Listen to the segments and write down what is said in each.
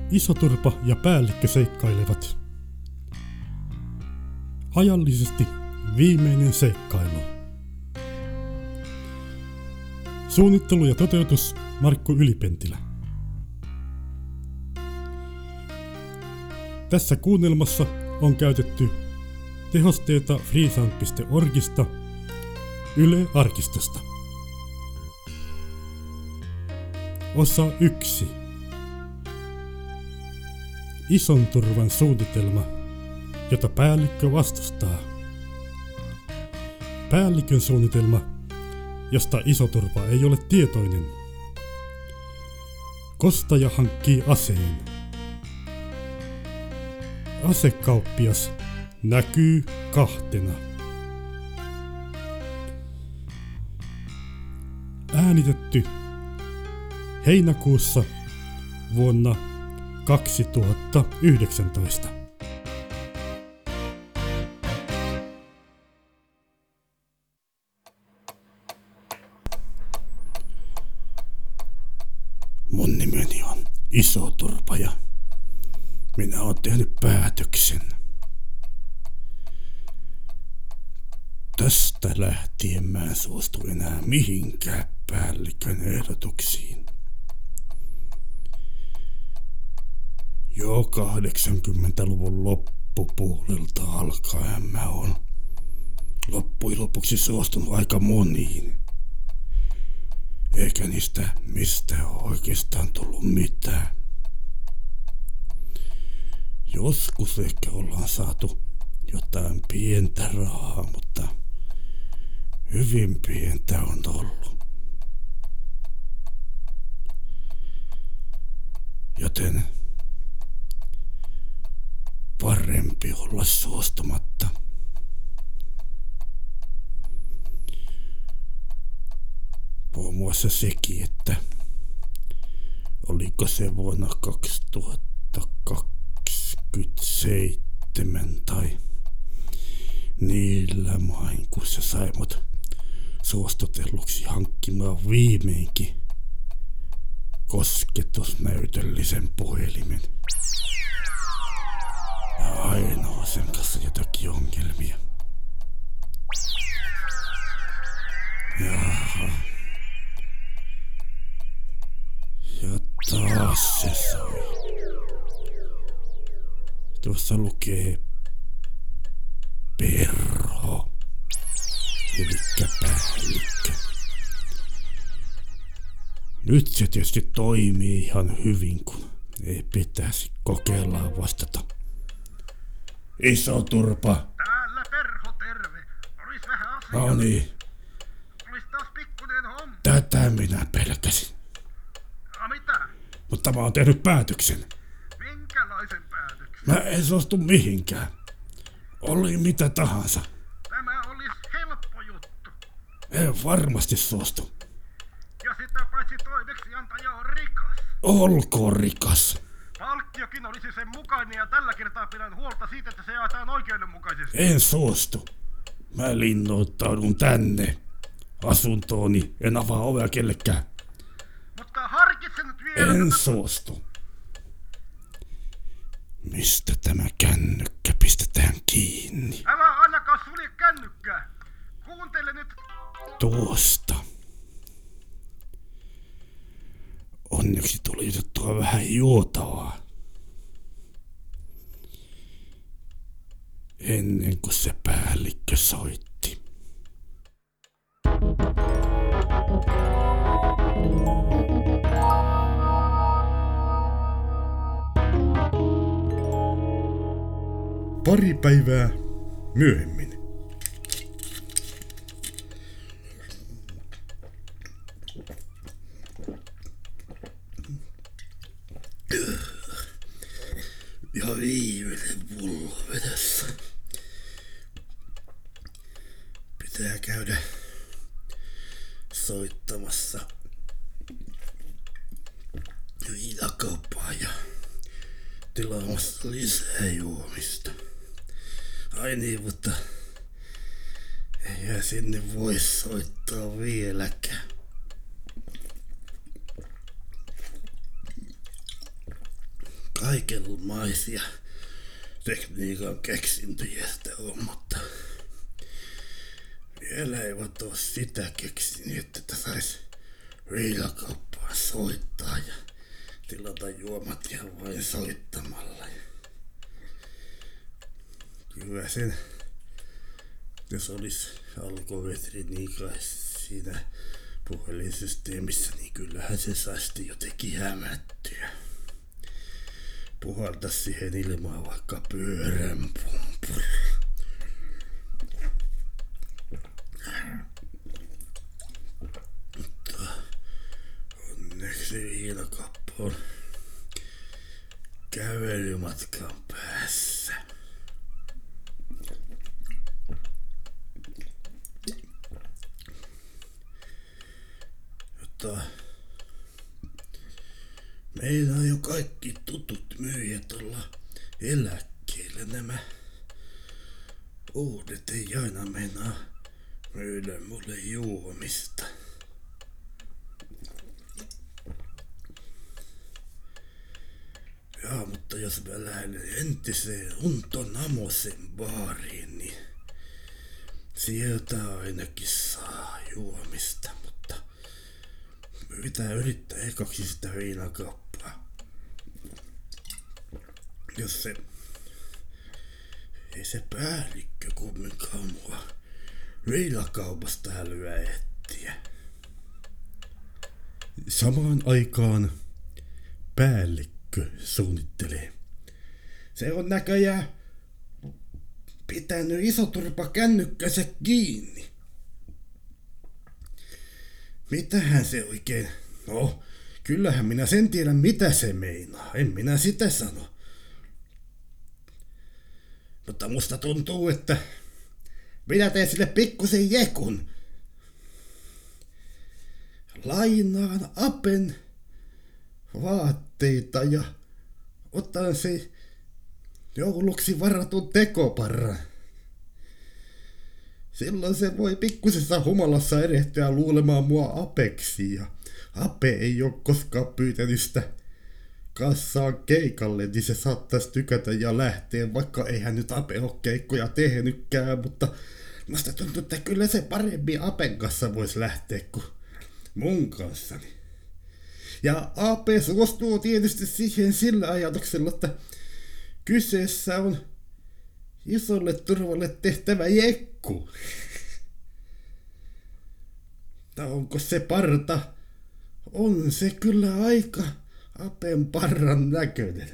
Isoturpa ja päällikkö seikkailevat. Ajallisesti viimeinen seikkailu. Suunnittelu ja toteutus Markku Ylipentilä. Tässä kuunnelmassa on käytetty tehosteita freesound.orgista Yle Arkistosta. Osa 1. Isonturvan suunnitelma, jota päällikkö vastustaa. Päällikön suunnitelma, josta Isoturva ei ole tietoinen. Kostaja hankkii aseen. Asekauppias näkyy kahtena. Äänitetty heinäkuussa vuonna 2019. Mun nimeni on Isoturpa ja minä oon tehnyt päätöksen. Tästä lähtien mä en suostu enää mihinkään päällikön ehdotuksiin. Jo 80-luvun loppupuolelta alkaen mä oon loppujen lopuksi suostunut aika moniin. Eikä niistä mistään oikeastaan tullut mitään. Joskus ehkä ollaan saatu jotain pientä rahaa, mutta hyvin pientä on ollut. Joten parempi olla suostumatta. Muun muassa sekin, että oliko se vuonna 2027 tai niillä main, kun se sai mut suostutelluksi hankkimaan viimeinkin kosketusnäytöllisen puhelimen. Ja ainoa sen kanssa jotakin ongelmia. Jaha. Ja taas se soi. Tuossa lukee Perho, elikkä päällikkö. Nyt se tietysti toimii ihan hyvin, kun ei pitäisi kokeillaan vastata. Isoturpa. Täällä Perho, terve. Olis vähän asiaa. No niin. Olis taas pikkuinen homma. Tätä minä pelkäsin. Mitä? Mutta mä oon tehnyt päätöksen. Minkälaisen päätöksen? Mä en suostu mihinkään. Oli mitä tahansa. Tämä olis helppo juttu. En varmasti suostu. Ja sitä paitsi toimeksiantaja on rikas. Olkoon rikas. Palkkiokin olisi sen mukainen ja tällä kertaa pidän huolta siitä, että se jaetaan oikeudenmukaisesti. En suostu. Mä linnoittaudun tänne asuntooni. En avaa ovea kellekään. Mutta harkitse nyt vielä. En suostu. Mistä tämä kännykkä pistetään kiinni? Älä ainakaan sulje kännykkää. Kuuntele nyt. Tuosta. Onneksi tuli otettua vähän juotavaa. Ennen kuin se päällikkö soitti. Pari päivää myöhemmin. Ja viimeinen pullo vedessä. Pitää käydä soittamassa viinakauppaan ja tilaamassa lisää juomista. Ai niin, mutta eihän sinne voi soittaa vieläkään. kaikenlaisia tekniikan keksintöjä sitä on, mutta vielä eivät ole sitä keksinyt, että sais viinakauppaan soittaa ja tilata juomat ihan vain soittamalla. Kyllä sen, jos olisi alkometri niin kai siinä puhelinsysteemissä, niin kyllähän se saisi jotenkin hämättyä. Puhalta siihen ilmaan vaikka pyörän pumpun. Mutta onneksi viinakappa on kävelymatkan päässä. Mutta meillä on jo kaikki tutut myyjät olla eläkkeellä. Nämä uudet ei aina meinaa myydä mulle juomista. Jaa, mutta jos mä lähden entiseen Unto Namosen baariin, niin sieltä ainakin saa juomista, mutta pitää yrittää ekaksi sitä viinakappaa. Jos se ei se päällikkö kumminkaan mua viinakaupasta hälyä etsiä. Samaan aikaan päällikkö suunnittelee. Se on näköjään pitänyt Isoturpa kännykkänsä kiinni. Mitähän se oikein? No, kyllähän minä sen tiedän, mitä se meinaa. En minä sitä sano. Mutta musta tuntuu, että minä teen sille pikkusen jekun. Lainaan Apen vaatteita ja otan se jouluksi varatun tekoparran. Silloin se voi pikkusessa humalassa erehtyä luulemaan mua Apeksi, ja Ape ei ole koskaan pyytänyt sitä kassaan keikalle, niin se saattaisi tykätä ja lähteä, vaikka eihän nyt Ape ole keikkoja tehnytkään, mutta musta tuntuu, että kyllä se paremmin Apen kanssa voisi lähteä kuin mun kanssani. Ja Ape suostuu tietysti siihen sillä ajatuksella, että kyseessä on Isolle Turvalle tehtävä jekku. Onko se parta? On se kyllä aika Apen parran näköinen.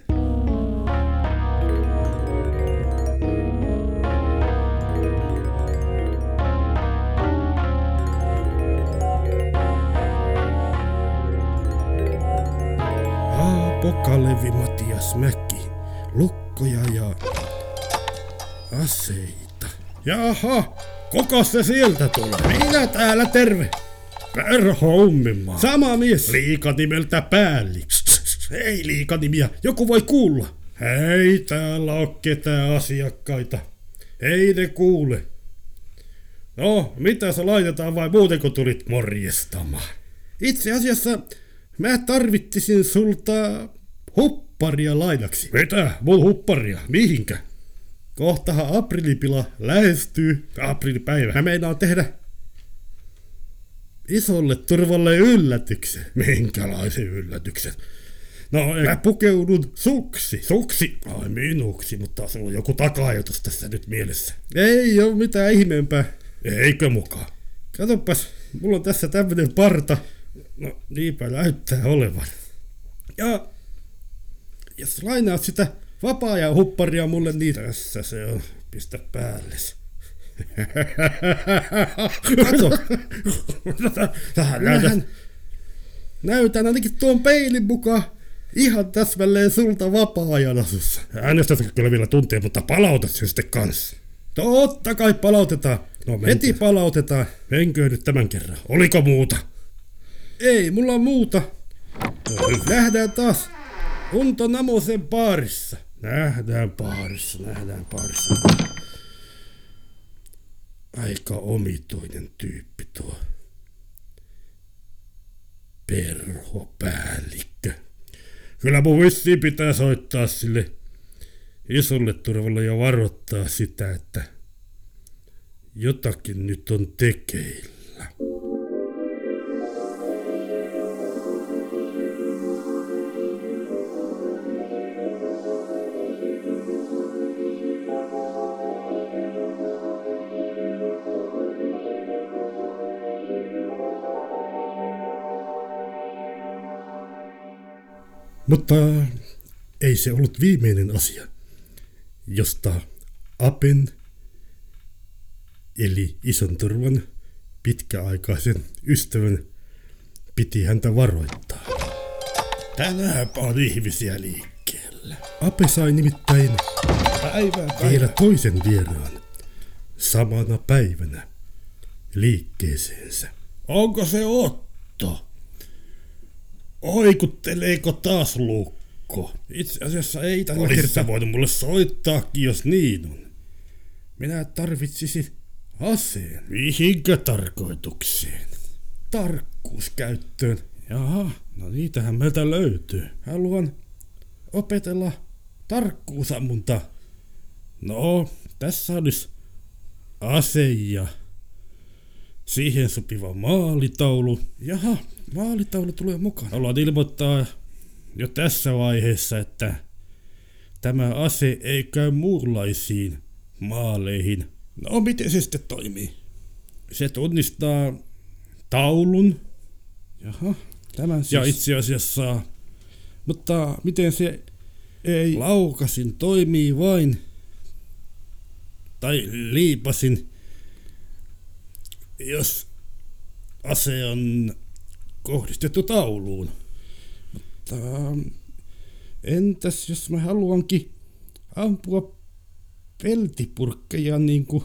Pokalevi Matias Mäki. Lukkoja ja aseita. Jaha, kuka se sieltä tulee? Minä täällä, terve. Perho Ummimaa. Sama mies. Liikanimeltä Päälli. Ei liikanimiä, joku voi kuulla. Ei täällä oo ketään asiakkaita. Ei ne kuule. No, mitä sä laitetaan vai muuten kun tulit morjestamaan? Itse asiassa mä tarvittisin sulta hupparia lainaksi. Mitä? Mun hupparia? Mihinkä? Kohtahan aprilipila lähestyy. Aprillipäivä. Mä meinaan tehdä Isolle Turvalle yllätyksen. Minkälaisen yllätyksen? No, mä pukeudun suksi. Suksi? Ai minuksi, mutta sulla on joku taka-ajatus tässä nyt mielessä. Ei oo mitään ihmeempää. Eikö mukaan? Katsopas, mulla on tässä tämmönen parta. No, niinpä näyttää olevan. Ja jos lainaat sitä vapaa-ajan hupparia mulle, niin tässä se on. Pistä päälle. Katso. Näytän ainakin tuon peilin mukaan ihan täsmälleen sulta vapaa-ajan asussa. Äänestätkö kyllä vielä tuntia, mutta palautat sen sitten kanssa. Totta kai palautetaan. No heti palautetaan. Menkö nyt tämän kerran? Oliko muuta? Ei, mulla on muuta. Nähdään taas Unto Namosen baarissa. Nähdään baarissa. Aika omituinen tyyppi tuo Perho Päällikkö. Kyllä mun vissiin pitää soittaa sille isolle turvalle ja varoittaa sitä, että jotakin nyt on tekeillä. Mutta ei se ollut viimeinen asia, josta Apen eli ison turvan pitkäaikaisen ystävän piti häntä varoittaa. Tänäänpä on ihmisiä liikkeellä. Ape sai nimittäin vielä toisen vieraan samana päivänä liikkeeseensä. Onko se Otto? Oikutteleeko taas Lukko? Itse asiassa ei tällä kertaa voinut mulle soittaakin, jos niin on. Minä tarvitsisin aseen. Mihinkä tarkoitukseen? Tarkkuuskäyttöön. Jaha, no niitähän meiltä löytyy. Haluan opetella tarkkuusammunta. No, tässä olisi ase ja siihen sopiva maalitaulu. Jaha, maalitaulu tulee mukaan. Haluan ilmoittaa jo tässä vaiheessa, että tämä ase ei käy muunlaisiin maaleihin. No, miten se sitten toimii? Se tunnistaa taulun. Jaha, tämän siis. Ja itse asiassa, mutta miten se ei laukasin toimii vain, tai liipasin, jos ase on kohdistettu tauluun. Mutta entäs jos mä haluankin ampua peltipurkkeja niin kuin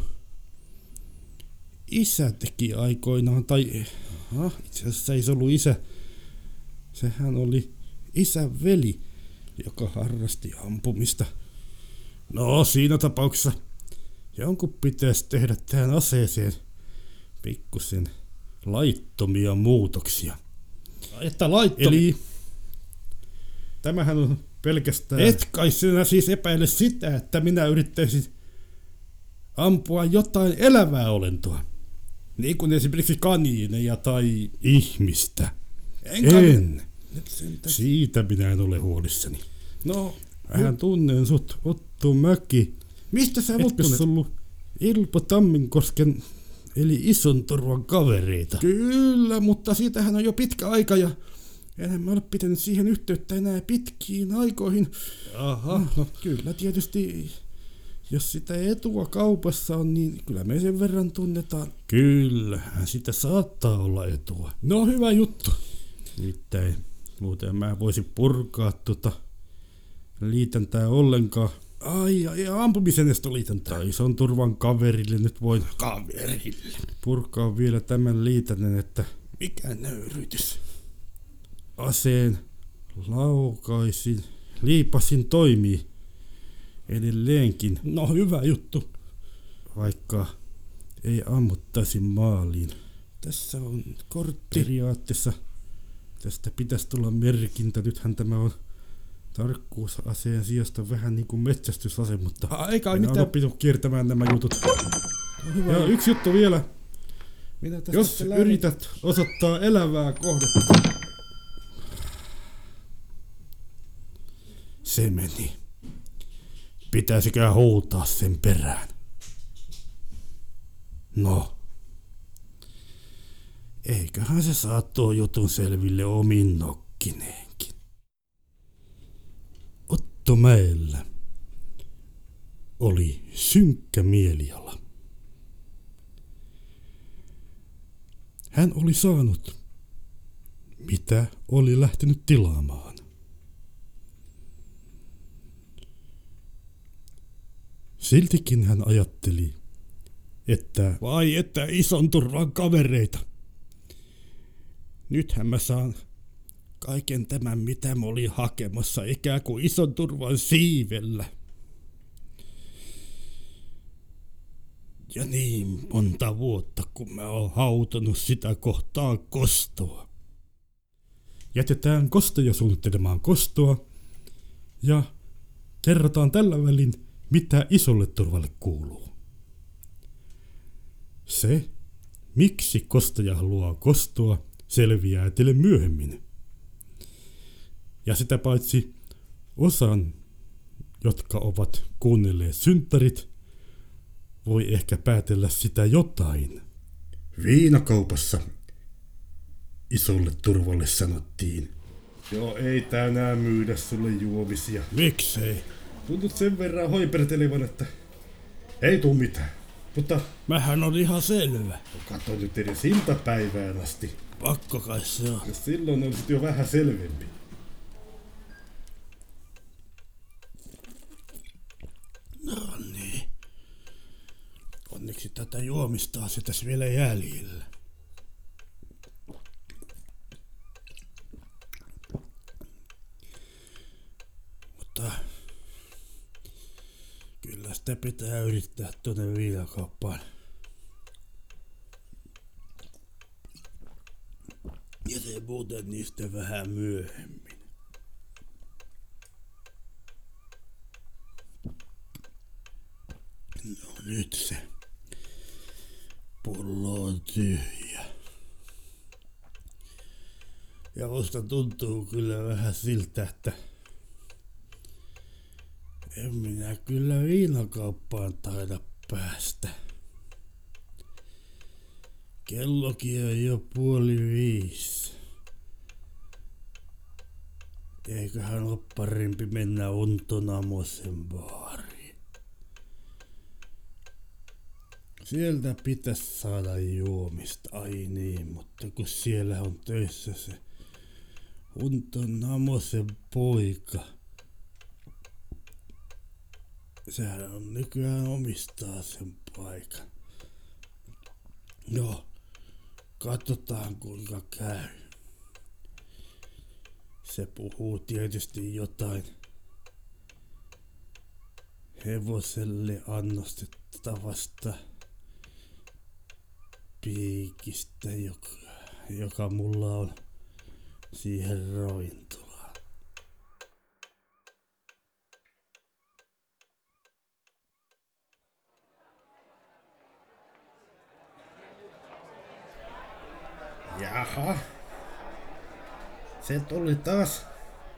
isä teki aikoinaan, tai itse asiassa ei se ollut isä, sehän oli isän veli, joka harrasti ampumista. No, siinä tapauksessa jonkun pitäisi tehdä tähän aseeseen pikkusen laittomia muutoksia. Että eli tämähän on pelkästään. Et kai sinä siis epäile sitä, että minä yrittäisin ampua jotain elävää olentoa. Niin kuin esimerkiksi kaniineja tai ihmistä. En. Siitä minä en ole huolissani. No, vähän tunnen sut, Otto Mäki. Mistä sä mut tunnet? Ollut Ilpo Tamminkosken eli ison turvan kavereita. Kyllä, mutta siitähän on jo pitkä aika ja enhän mä ole pitänyt siihen yhteyttä enää pitkiin aikoihin. Aha, no kyllä tietysti, jos sitä etua kaupassa on, niin kyllä me sen verran tunnetaan. Kyllähän sitä saattaa olla etua. No, hyvä juttu. Nimittäin muuten mä voisin purkaa liitäntää ollenkaan. Ai, ampumisen estoliitäntää. Ison turvan kaverille nyt voin purkaa vielä tämän liitännen, että mikä nöyryytys. Aseen laukaisin, liipasin toimii edelleenkin. No, hyvä juttu. Vaikka ei ammuttaisi maaliin. Tässä on kortti. Periaatteessa tästä pitäisi tulla merkintä. Nythän tämä on tarkkuusaseen sijasta vähän niin kuin metsästysase, mutta eikä ole mitään oppinut kiertämään nämä jutut. No, ja yksi juttu vielä. Jos yrität osoittaa elävää kohdetta. Se meni. Pitäisikö huutaa sen perään? No. Eiköhän se saa tuo jutun selville omin nokkineenkin. Otto Mäellä oli synkkä mieliala. Hän oli saanut, mitä oli lähtenyt tilaamaan. Siltikin hän ajatteli, että vai että ison turvan kavereita. Nythän mä saan kaiken tämän, mitä mä olin hakemassa, ikään kuin ison turvan siivellä. Ja niin monta vuotta, kun mä oon hautonut sitä kohtaa kostoa. Jätetään kostoja suunnittelemaan kostoa Ja kerrotaan tällä välin, mitä isolle turvalle kuuluu. Se, miksi kostaja haluaa kostoa, selviää teille myöhemmin. Ja sitä paitsi osan, jotka ovat kuunnelleet synttärit, voi ehkä päätellä sitä jotain. Viinakaupassa isolle turvalle sanottiin: joo, ei tänään myydä sulle juomisia. Miksei? Tuntut sen verran hoipertelevan, että ei tuu mitään. Mutta mähän on ihan selvä. Kato nyt edes iltapäivään asti. Pakko kai se on. Ja silloin on jo vähän selvempi. No niin. Onneksi tätä juomista on se tässä vielä jäljellä. Mutta kyllä sitä pitää yrittää tuonne viinakauppaan. Ja se muuten niistä vähän myöhemmin. No nyt se pullo on tyhjä. Ja musta tuntuu kyllä vähän siltä, että en minä kyllä viinakauppaan taida päästä. Kellokin on jo 4:30. Eiköhän ole parempi mennä Untonamosen baariin. Sieltä pitäisi saada juomista, ai niin, mutta kun siellä on töissä se Untonamosen poika. Sehän on nykyään omistaa sen paikan. Joo, katsotaan kuinka käy. Se puhuu tietysti jotain hevoselle annostettavasta piikistä, joka mulla on siihen ravintolaan. Jaha. Se tuli taas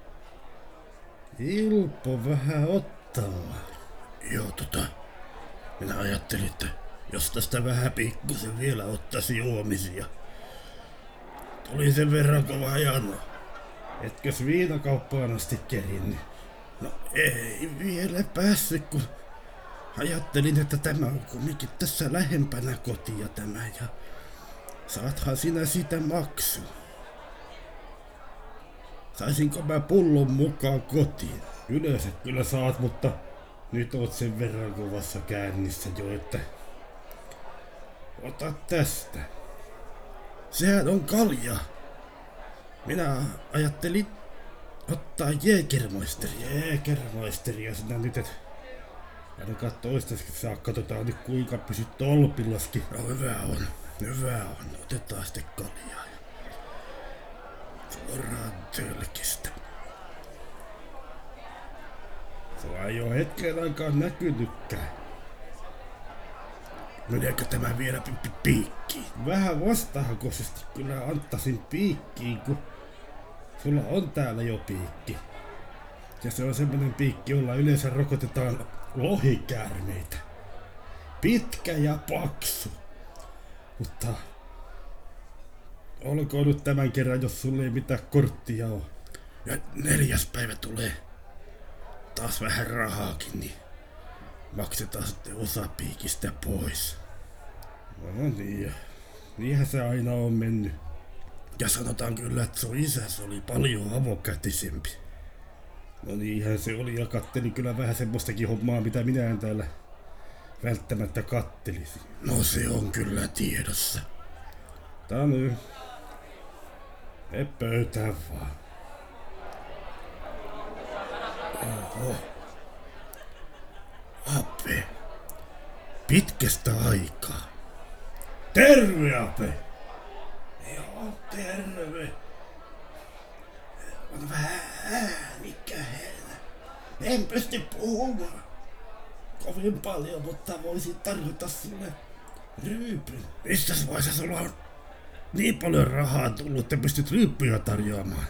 Ilpo vähän ottamaan. Joo, minä ajattelin, että jos tästä vähän pikkusen vielä ottaisi juomisia. Tuli sen verran kova jano. Etkös viinakauppaan asti kerinnyt? No ei vielä päässyt, kun ajattelin, että tämä on kumminkin tässä lähempänä kotia tämä ja saathan sinä siitä maksun. Saisinko mä pullon mukaan kotiin? Yleensä kyllä saat, mutta nyt oot sen verran kovassa käynnissä jo, että ota tästä. Sehän on kalja. Minä ajattelin ottaa Jägermeisteria sinä nyt, et ainakaan toistaiseksi saa, katsotaan nyt kuinka pysyt tolpillaskin. No hyvä on, otetaan sitten kaljaa. Suoraan tölkistä. Sua ei oo hetken aikaan näkynytkään. Meneekö tämä vielä piikkiin? Vähän vastahakoisesti kyllä antaisin piikkiin, kun sulla on täällä jo piikki. Ja se on semmonen piikki, jolla yleensä rokotetaan lohikäärmeitä. Pitkä ja paksu. Mutta olkoon nyt tämän kerran, jos sulle ei mitään korttia oo. Ja 4. päivä tulee taas vähän rahaakin, niin maksetaan sitten osa piikistä pois. No niin, niinhän se aina on mennyt. Ja sanotaan kyllä, että sun isäs oli paljon avokätisempi. No niinhän se oli, ja katteli kyllä vähän semmoistakin hommaa, mitä minä en täällä välttämättä kattelisi. No se on kyllä tiedossa. Tää nyt. Me pöytään vaan. Oho. Ape. Pitkästä aikaa. Terve, Ape! Joo, terve. On vähän äänikähellä. En pysty puhumaan kovin paljon, mutta voisin tarjota sulle ryypyn. Mistäs vaiheessa sulla on niin paljon rahaa tullut, että pystyt ryyppyjä tarjoamaan?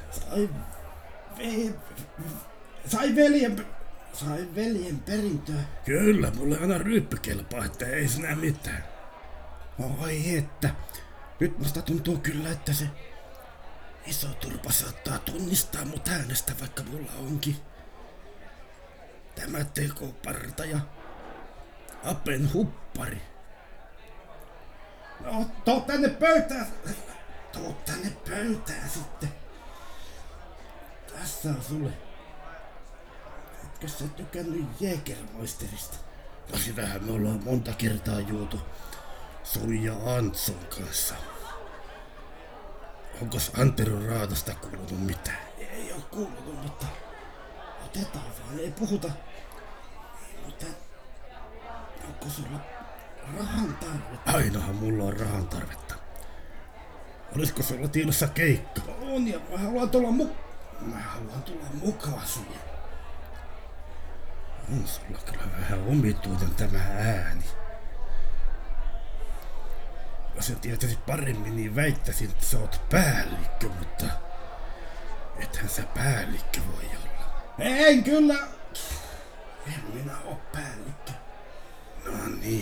Sain veljen perintöä. Kyllä, mulle aina ryyppy kelpaa, että ei sinä mitään. Oi että, nyt musta tuntuu kyllä, että se iso turpa saattaa tunnistaa mut äänestä, vaikka mulla onkin tämä tekoparta ja Apen huppari. No, tuu tänne pöytään sitten. Tässä on sulle. Etkö sä tykännyt Jägermeisteristä? No sitähän me ollaan monta kertaa juotu sun ja Antson kanssa. Onkos Antero Raatosta kuulunut mitään? Ei oo kuulunut, mutta otetaan vaan, ei puhuta. Mutta onko sulla rahan tarvetta? Ainahan mulla on rahan tarvetta. Olisiko sulla tiedossa keikka? On ja mä haluan tulla mukaan siihen. On sulla kyllä vähän omituinen tämä ääni. Jos sä tietäisit paremmin, niin väittäisin, että sä oot päällikkö, mutta ethän sä päällikkö voi olla. En kyllä! En minä oo päällikkö. No niin.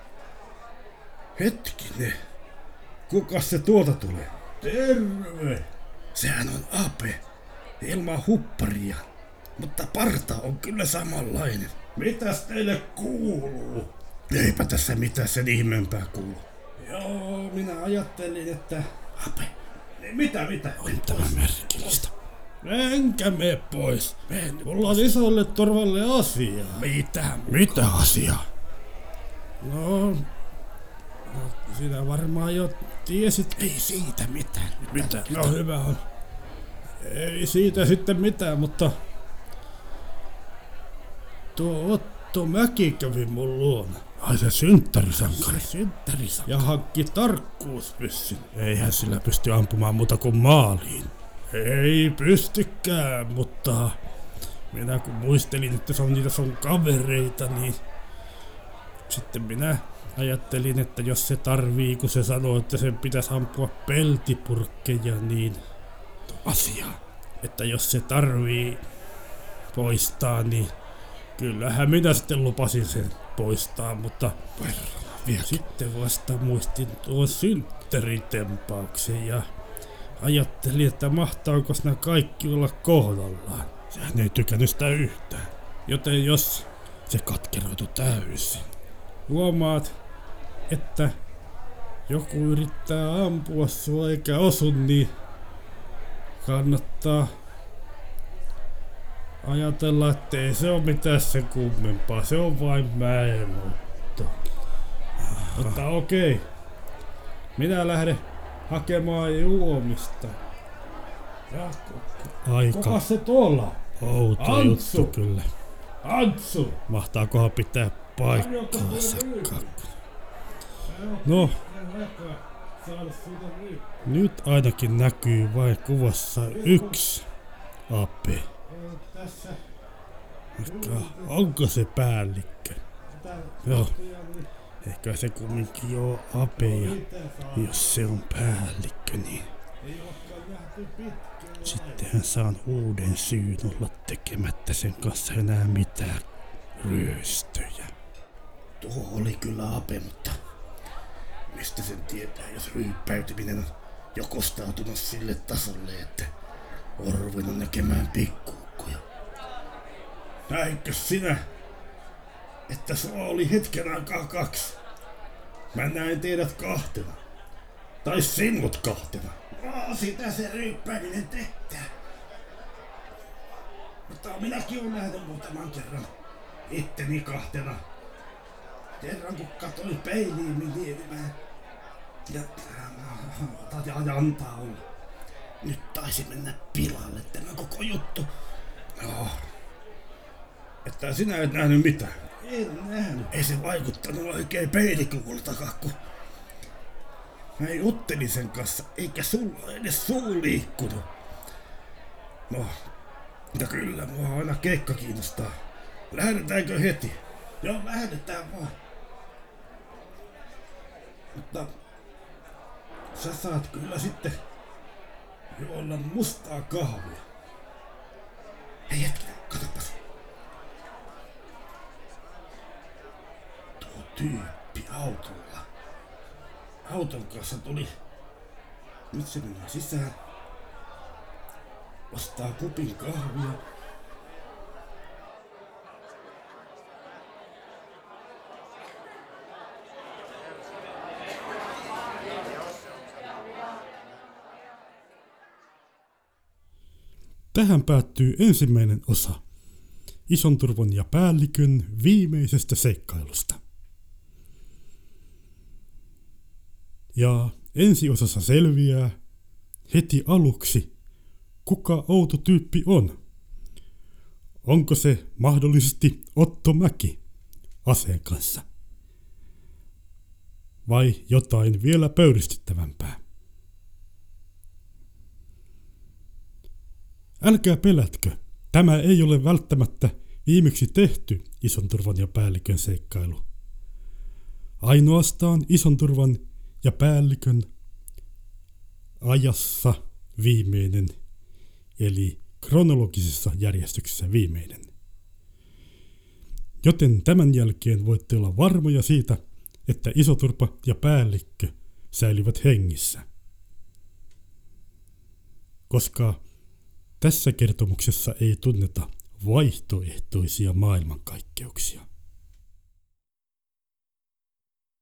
Hetkinen. Kukas se tuolta tulee? Terve! Sehän on Ape. Ilman hupparia. Mutta parta on kyllä samanlainen. Mitäs teille kuuluu? Eipä tässä mitään sen ihmeempää kuulu. Joo, minä ajattelin, että... Ape, mitä? On tämä merkillistä. Enkä mene pois. Mulla on isolle torvalle asiaa. Mitä asiaa? No, sinä varmaan jo tiesit. Ei siitä mitään. Mitä? No hyvä on. Ei siitä sitten mitään, mutta... Tuo Otto Mäki kävi mun luona. Ai se synttärisankari. Ja hankki tarkkuuspyssyn. Eihän sillä pysty ampumaan muuta kuin maaliin. Ei pystykään, mutta... Minä kun muistelin, että se on niitä sun kavereita, niin... Sitten minä ajattelin, että jos se tarvii, kun se sanoo, että sen pitäisi ampua peltipurkkeja, niin... Asiaa. Että jos se tarvii poistaa, niin... Kyllähän minä sitten lupasin sen poistaa, mutta sitten vasta muistin tuon synttäritempauksen ja ajattelin, että mahtaako nämä kaikki olla kohdallaan. Sehän ei tykännyt sitä yhtään. Joten jos se katkeroitu täysin, huomaat, että joku yrittää ampua sua eikä osu, niin kannattaa ajatella, ettei se oo mitään sen kummempaa, se on vain mäenotto. Mutta okei, minä lähden hakemaan juomista. Kuka se tuolla? Outo juttu kyllä. Antsu! Mahtaakohan pitää paikkaansa kakku. No, nyt ainakin näkyy vain kuvassa yksi Ape. Onko se päällikkö? Joo. Ehkä se kumminkin oo Ape ja jos se on päällikkö, niin sittenhän saan uuden syyn olla tekemättä sen kanssa enää mitään ryöstöjä. Tuo oli kyllä Ape, mutta mistä sen tietää, jos ryyppäytyminen on jo kostautunut sille tasolle, että on ruvennut näkemään pikkuukkoja. Näinkö sinä, että sulla oli hetken aikaa kaksi? Mä näin teidät kahtena. Tai sinut kahtena. No, sitä se ryyppääminen tekee. Mutta minäkin olen nähnyt muutaman kerran itteni kahtena. Kerran kun katsoin peiliin, niin mä... Ja antaa olla. Nyt taisi mennä pilalle tämä koko juttu. No. Että sinä et nähnyt mitään. En nähnyt. Ei se vaikuttanut oikein peilikuultakaan, kun mä juttelin sen kanssa, eikä sulla edes suu liikkunut. No, Ja kyllä, mua aina keikka kiinnostaa. Lähdetäänkö heti? Joo, lähdetään vaan. Mutta sä saat kyllä sitten juoda mustaa kahvia. Hei hetkinen, katsopas. Tuo tyyppi autolla. Auton kanssa tuli. Nyt se menee sisään. Ostaa kupin kahvia. Tähän päättyy ensimmäinen osa Isonturvon ja Päällikön viimeisestä seikkailusta. Ja ensiosassa selviää heti aluksi, kuka outo tyyppi on. Onko se mahdollisesti Otto Mäki aseen kanssa? Vai jotain vielä pöyristyttävämpää? Älkää pelätkö, tämä ei ole välttämättä viimeksi tehty Isonturvan ja Päällikön seikkailu. Ainoastaan Isonturvan ja Päällikön ajassa viimeinen, eli kronologisessa järjestyksessä viimeinen. Joten tämän jälkeen voitte olla varmoja siitä, että Isoturpa ja Päällikkö säilyvät hengissä. Koska tässä kertomuksessa ei tunneta vaihtoehtoisia maailmankaikkeuksia.